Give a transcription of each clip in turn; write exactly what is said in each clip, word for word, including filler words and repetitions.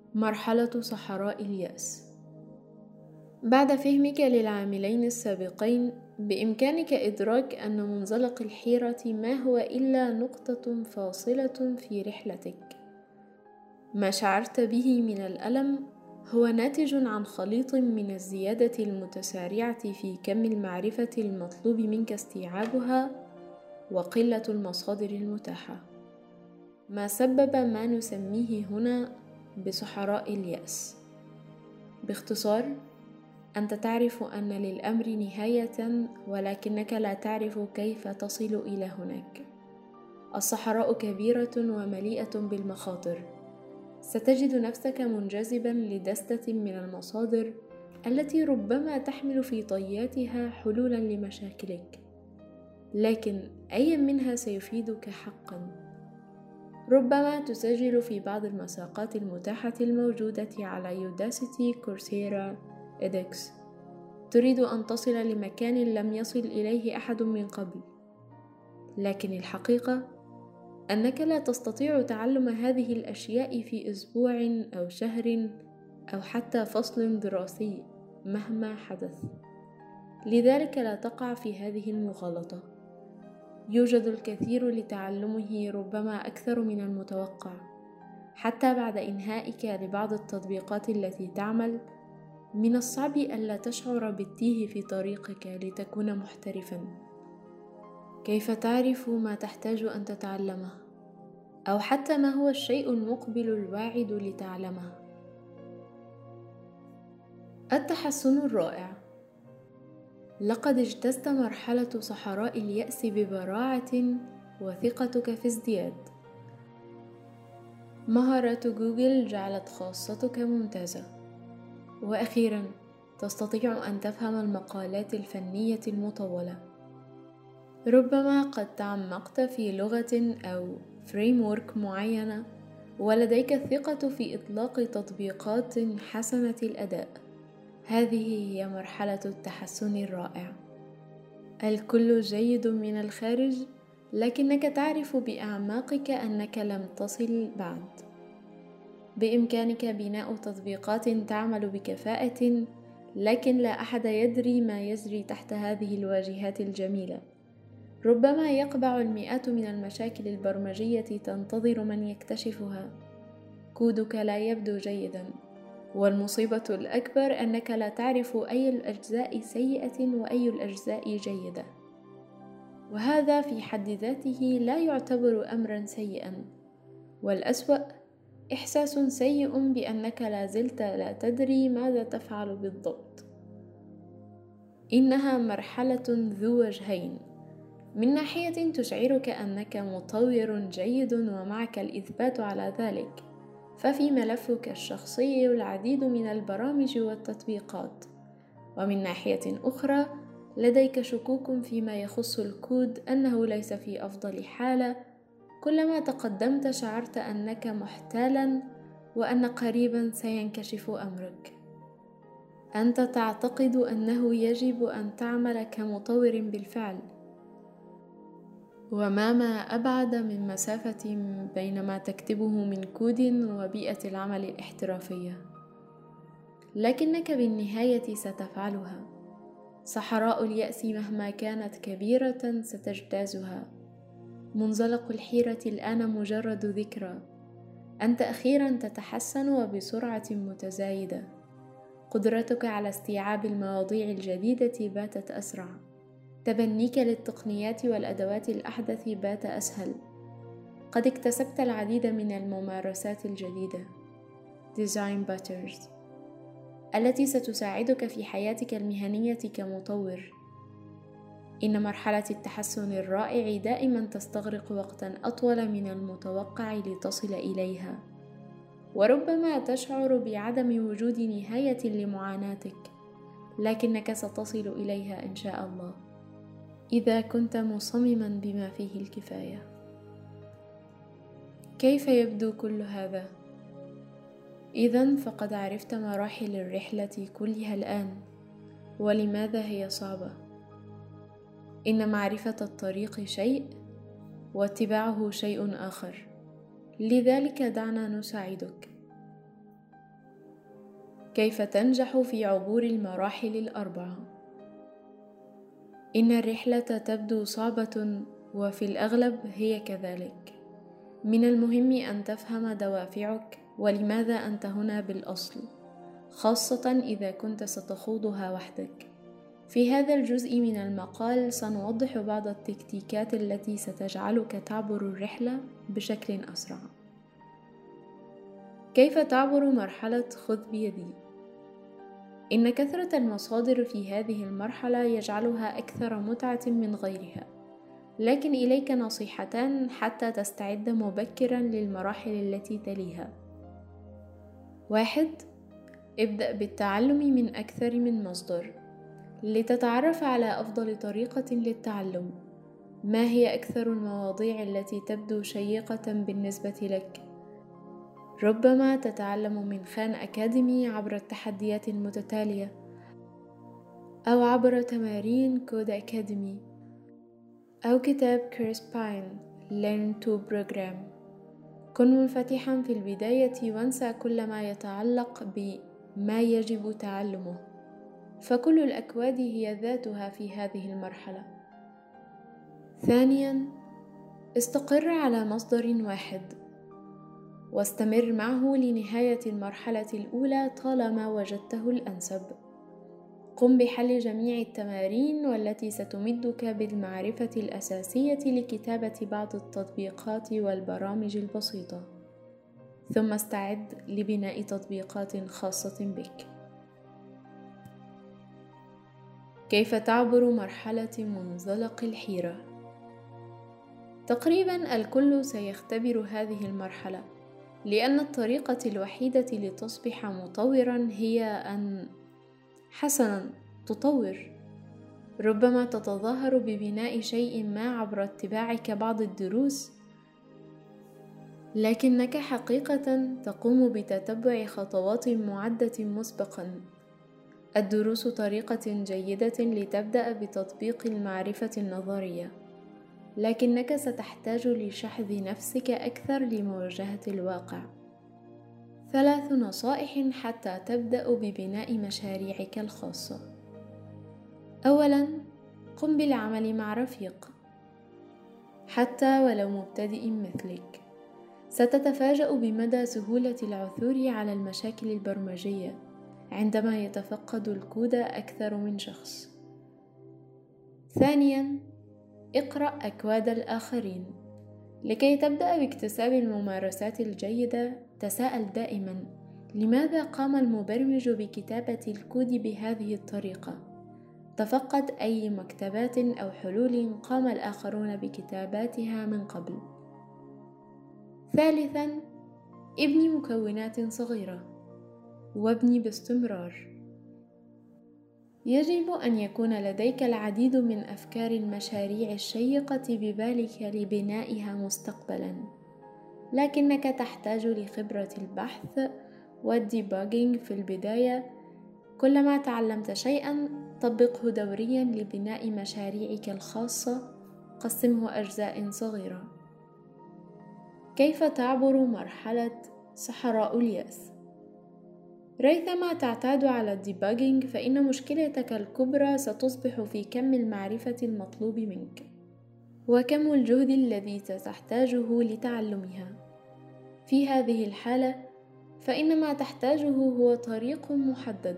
مرحلة صحراء اليأس. بعد فهمك للعاملين السابقين، بإمكانك إدراك أن منزلق الحيرة ما هو إلا نقطة فاصلة في رحلتك. ما شعرت به من الألم هو ناتج عن خليط من الزيادة المتسارعة في كم المعرفة المطلوب منك استيعابها وقلة المصادر المتاحة، ما سبب ما نسميه هنا بصحراء اليأس. باختصار، أنت تعرف أن للأمر نهاية، ولكنك لا تعرف كيف تصل إلى هناك. الصحراء كبيرة ومليئة بالمخاطر. ستجد نفسك منجذبا لدستة من المصادر التي ربما تحمل في طياتها حلولا لمشاكلك، لكن أي منها سيفيدك حقا؟ ربما تسجل في بعض المساقات المتاحة الموجودة على يوداسيتي، كورسيرا، إدكس. تريد أن تصل لمكان لم يصل إليه أحد من قبل، لكن الحقيقة أنك لا تستطيع تعلم هذه الأشياء في أسبوع أو شهر أو حتى فصل دراسي مهما حدث. لذلك لا تقع في هذه المغالطة. يوجد الكثير لتعلمه، ربما أكثر من المتوقع. حتى بعد إنهائك لبعض التطبيقات التي تعمل، من الصعب ألا تشعر بالتيه في طريقك لتكون محترفا. كيف تعرف ما تحتاج أن تتعلمه؟ أو حتى ما هو الشيء المقبل الواعد لتعلمه؟ التحسن الرائع. لقد اجتزت مرحلة صحراء اليأس ببراعة، وثقتك في ازدياد. مهارات جوجل جعلت خاصتك ممتازة. وأخيرا، تستطيع أن تفهم المقالات الفنية المطولة. ربما قد تعمقت في لغة أو فريمورك معينة، ولديك الثقة في إطلاق تطبيقات حسنة الأداء. هذه هي مرحلة التحسن الرائع. الكل جيد من الخارج، لكنك تعرف بأعماقك أنك لم تصل بعد. بإمكانك بناء تطبيقات تعمل بكفاءة، لكن لا أحد يدري ما يجري تحت هذه الواجهات الجميلة. ربما يقبع المئات من المشاكل البرمجية تنتظر من يكتشفها. كودك لا يبدو جيدا، والمصيبة الأكبر أنك لا تعرف أي الأجزاء سيئة وأي الأجزاء جيدة، وهذا في حد ذاته لا يعتبر أمرا سيئا. والأسوأ إحساس سيء بأنك لا زلت لا تدري ماذا تفعل بالضبط. إنها مرحلة ذو وجهين. من ناحية تشعرك أنك مطور جيد ومعك الإثبات على ذلك، ففي ملفك الشخصي العديد من البرامج والتطبيقات. ومن ناحية أخرى لديك شكوك فيما يخص الكود أنه ليس في أفضل حالة. كلما تقدمت شعرت أنك محتالا، وأن قريبا سينكشف أمرك. أنت تعتقد أنه يجب أن تعمل كمطور بالفعل، وما ما أبعد من مسافة بين ما تكتبه من كود وبيئة العمل الاحترافية، لكنك بالنهاية ستفعلها. صحراء اليأس مهما كانت كبيرة ستجتازها. منزلق الحيرة الآن مجرد ذكرى. أنت أخيرا تتحسن وبسرعة متزايدة. قدرتك على استيعاب المواضيع الجديدة باتت أسرع. تبنيك للتقنيات والأدوات الأحدث بات أسهل. قد اكتسبت العديد من الممارسات الجديدة Design Butters التي ستساعدك في حياتك المهنية كمطور. إن مرحلة التحسن الرائع دائما تستغرق وقتا أطول من المتوقع لتصل إليها، وربما تشعر بعدم وجود نهاية لمعاناتك، لكنك ستصل إليها إن شاء الله إذا كنت مصمما بما فيه الكفاية. كيف يبدو كل هذا؟ إذن فقد عرفت مراحل الرحلة كلها الآن، ولماذا هي صعبة. إن معرفة الطريق شيء، واتباعه شيء آخر. لذلك دعنا نساعدك. كيف تنجح في عبور المراحل الأربعة؟ إن الرحلة تبدو صعبة، وفي الأغلب هي كذلك. من المهم أن تفهم دوافعك ولماذا أنت هنا بالأصل، خاصة إذا كنت ستخوضها وحدك. في هذا الجزء من المقال سنوضح بعض التكتيكات التي ستجعلك تعبر الرحلة بشكل أسرع. كيف تعبر مرحلة خذ بيدي؟ إن كثرة المصادر في هذه المرحلة يجعلها أكثر متعة من غيرها، لكن إليك نصيحتان حتى تستعد مبكرا للمراحل التي تليها. واحد، ابدأ بالتعلم من أكثر من مصدر لتتعرف على أفضل طريقة للتعلم. ما هي أكثر المواضيع التي تبدو شيقة بالنسبة لك؟ ربما تتعلم من خان أكاديمي عبر التحديات المتتالية، أو عبر تمارين كود أكاديمي، أو كتاب كريس باين Learn to Program. كن منفتحا في البداية وانسى كل ما يتعلق بما يجب تعلمه، فكل الأكواد هي ذاتها في هذه المرحلة. ثانيا، استقر على مصدر واحد واستمر معه لنهاية المرحلة الأولى طالما وجدته الأنسب. قم بحل جميع التمارين والتي ستمدك بالمعرفة الأساسية لكتابة بعض التطبيقات والبرامج البسيطة، ثم استعد لبناء تطبيقات خاصة بك. كيف تعبر مرحلة منزلق الحيرة؟ تقريبا الكل سيختبر هذه المرحلة، لأن الطريقة الوحيدة لتصبح مطورا هي أن حسنا تطور. ربما تتظاهر ببناء شيء ما عبر اتباعك بعض الدروس، لكنك حقيقة تقوم بتتبع خطوات معدة مسبقا. الدروس طريقة جيدة لتبدأ بتطبيق المعرفة النظرية، لكنك ستحتاج لشحذ نفسك أكثر لمواجهة الواقع. ثلاث نصائح حتى تبدأ ببناء مشاريعك الخاصة. أولاً، قم بالعمل مع رفيق، حتى ولو مبتدئ مثلك. ستتفاجأ بمدى سهولة العثور على المشاكل البرمجية عندما يتفقد الكود أكثر من شخص. ثانياً، اقرأ أكواد الآخرين. لكي تبدأ باكتساب الممارسات الجيدة، تساءل دائما: لماذا قام المبرمج بكتابة الكود بهذه الطريقة؟ تفقد أي مكتبات أو حلول قام الآخرون بكتاباتها من قبل. ثالثا، ابني مكونات صغيرة وابني باستمرار. يجب أن يكون لديك العديد من أفكار المشاريع الشيقة ببالك لبنائها مستقبلا، لكنك تحتاج لخبرة البحث والديباجينج في البداية. كلما تعلمت شيئا طبقه دوريا لبناء مشاريعك الخاصة، قسمه أجزاء صغيرة. كيف تعبر مرحلة صحراء اليأس؟ ريثما تعتاد على الديباجينج، فإن مشكلتك الكبرى ستصبح في كم المعرفة المطلوب منك وكم الجهد الذي ستحتاجه لتعلمها. في هذه الحالة فإن ما تحتاجه هو طريق محدد.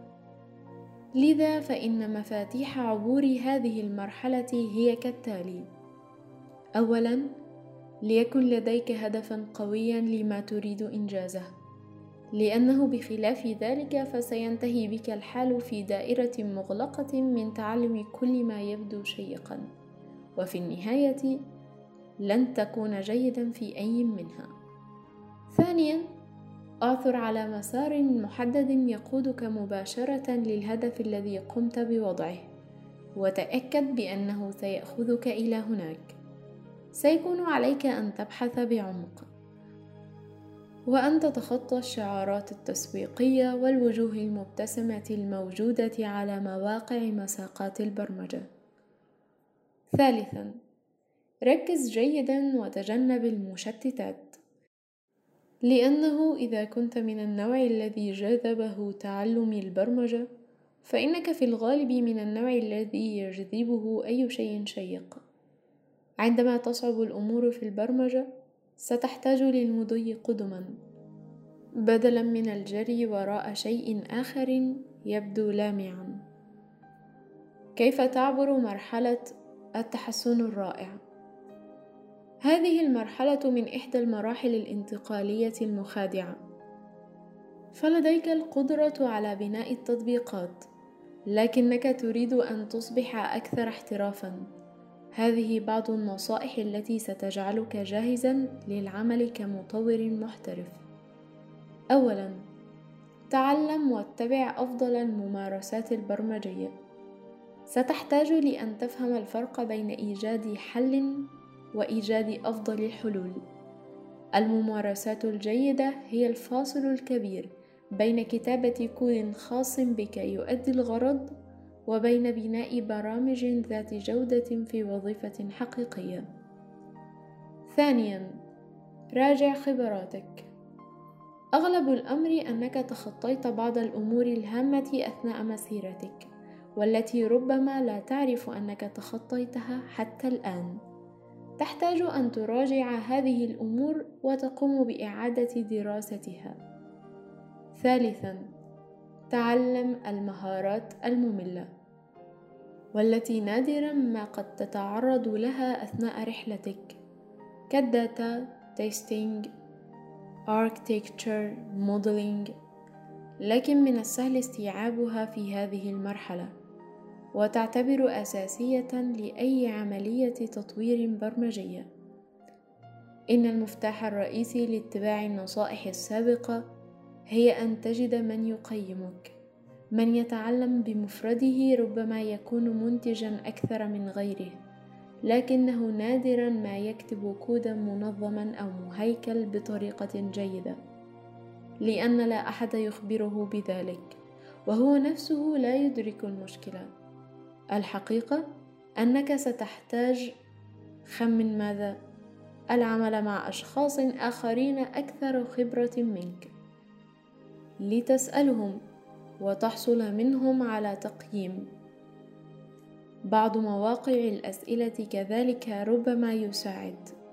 لذا فإن مفاتيح عبور هذه المرحلة هي كالتالي: أولاً، ليكن لديك هدفاً قوياً لما تريد إنجازه، لأنه بخلاف ذلك فسينتهي بك الحال في دائرة مغلقة من تعلم كل ما يبدو شيقاً، وفي النهاية لن تكون جيداً في أي منها. ثانياً، اعثر على مسار محدد يقودك مباشرة للهدف الذي قمت بوضعه، وتأكد بأنه سيأخذك إلى هناك. سيكون عليك أن تبحث بعمق، وأن تتخطى الشعارات التسويقية والوجوه المبتسمة الموجودة على مواقع مساقات البرمجة. ثالثاً، ركز جيداً وتجنب المشتتات. لأنه إذا كنت من النوع الذي جذبه تعلم البرمجة، فإنك في الغالب من النوع الذي يجذبه أي شيء شيق. عندما تصعب الأمور في البرمجة، ستحتاج للمضي قدما بدلا من الجري وراء شيء آخر يبدو لامعا. كيف تعبر مرحلة التحسن الرائع؟ هذه المرحلة من إحدى المراحل الانتقالية المخادعة، فلديك القدرة على بناء التطبيقات، لكنك تريد أن تصبح أكثر احترافا. هذه بعض النصائح التي ستجعلك جاهزا للعمل كمطور محترف. أولا، تعلم واتبع أفضل الممارسات البرمجية. ستحتاج لأن تفهم الفرق بين إيجاد حل وإيجاد أفضل الحلول. الممارسات الجيدة هي الفاصل الكبير بين كتابة كود خاص بك يؤدي الغرض وبين بناء برامج ذات جودة في وظيفة حقيقية. ثانياً، راجع خبراتك. أغلب الأمر أنك تخطيت بعض الأمور الهامة أثناء مسيرتك، والتي ربما لا تعرف أنك تخطيتها حتى الآن. تحتاج أن تراجع هذه الأمور وتقوم بإعادة دراستها. ثالثاً، تعلم المهارات المملة، والتي نادراً ما قد تتعرض لها أثناء رحلتك، كالداتا تيستينج، architecture modeling، لكن من السهل استيعابها في هذه المرحلة، وتعتبر أساسية لأي عملية تطوير برمجية. إن المفتاح الرئيسي لاتباع النصائح السابقة هي أن تجد من يقيمك. من يتعلم بمفرده ربما يكون منتجا أكثر من غيره، لكنه نادرا ما يكتب كودا منظما أو مهيكل بطريقة جيدة، لأن لا أحد يخبره بذلك، وهو نفسه لا يدرك المشكلة. الحقيقة أنك ستحتاج خمن ماذا؟ العمل مع أشخاص آخرين أكثر خبرة منك، لتسألهم وتحصل منهم على تقييم. بعض مواقع الأسئلة كذلك ربما يساعد.